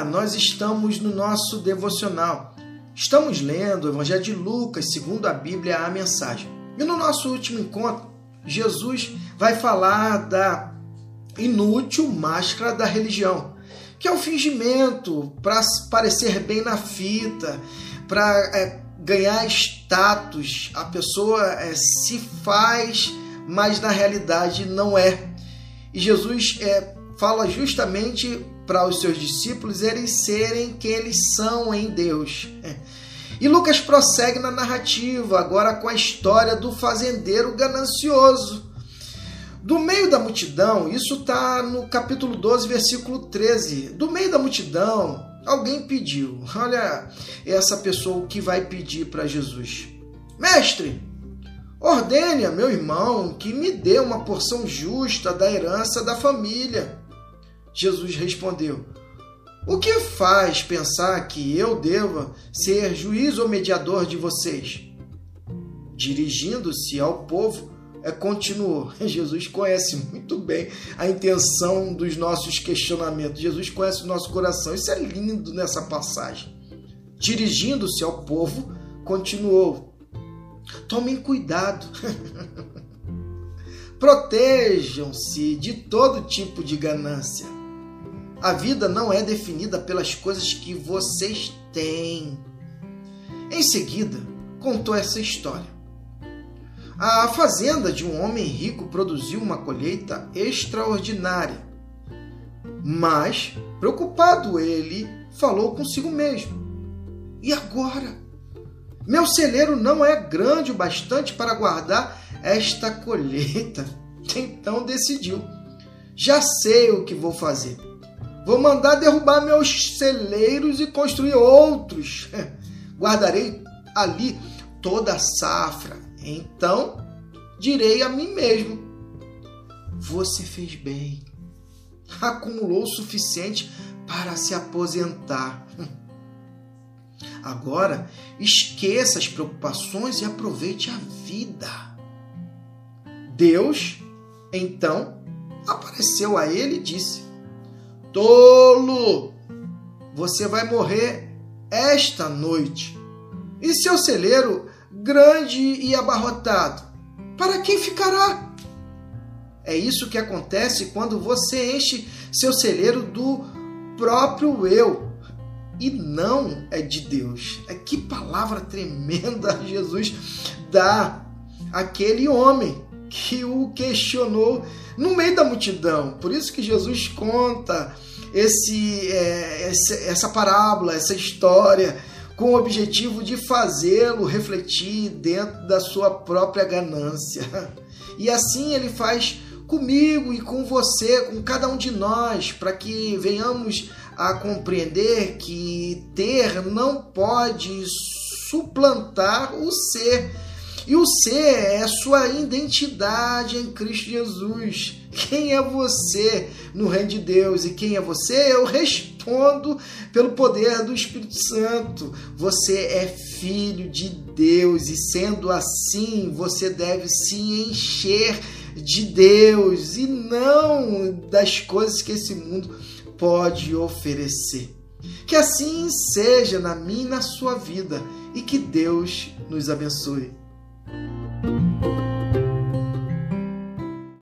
Olá, nós estamos no nosso devocional. Estamos lendo o Evangelho de Lucas, segundo a Bíblia, a mensagem. E no nosso último encontro, Jesus vai falar da inútil máscara da religião, que é o fingimento para parecer bem na fita, para ganhar status. A pessoa se faz, mas na realidade não é. E Jesus fala justamente para os seus discípulos eles serem quem eles são em Deus. E Lucas prossegue na narrativa, agora com a história do fazendeiro ganancioso. Do meio da multidão, isso está no capítulo 12, versículo 13. Do meio da multidão, alguém pediu. Olha essa pessoa o que vai pedir para Jesus. Mestre, ordene a meu irmão que me dê uma porção justa da herança da família. Jesus respondeu: o que faz pensar que eu deva ser juiz ou mediador de vocês? Dirigindo-se ao povo, continuou. Jesus conhece muito bem a intenção dos nossos questionamentos. Jesus conhece o nosso coração. Isso é lindo nessa passagem. Dirigindo-se ao povo, continuou: tomem cuidado. Protejam-se de todo tipo de ganância. A vida não é definida pelas coisas que vocês têm. Em seguida, contou essa história. A fazenda de um homem rico produziu uma colheita extraordinária. Mas, preocupado, ele falou consigo mesmo: e agora? Meu celeiro não é grande o bastante para guardar esta colheita. Então decidiu: já sei o que vou fazer. Vou mandar derrubar meus celeiros e construir outros. Guardarei ali toda a safra. Então direi a mim mesmo: você fez bem. Acumulou o suficiente para se aposentar. Agora esqueça as preocupações e aproveite a vida. Deus, então, apareceu a ele e disse: tolo, você vai morrer esta noite. E seu celeiro grande e abarrotado, para quem ficará? É isso que acontece quando você enche seu celeiro do próprio eu e não é de Deus. Que palavra tremenda Jesus dá àquele homem que o questionou no meio da multidão. Por isso que Jesus conta essa parábola, essa história, com o objetivo de fazê-lo refletir dentro da sua própria ganância. E assim ele faz comigo e com você, com cada um de nós, para que venhamos a compreender que ter não pode suplantar o ser. E o ser é a sua identidade em Cristo Jesus. Quem é você no reino de Deus? E quem é você? Eu respondo pelo poder do Espírito Santo. Você é filho de Deus e, sendo assim, você deve se encher de Deus e não das coisas que esse mundo pode oferecer. Que assim seja na minha e na sua vida e que Deus nos abençoe.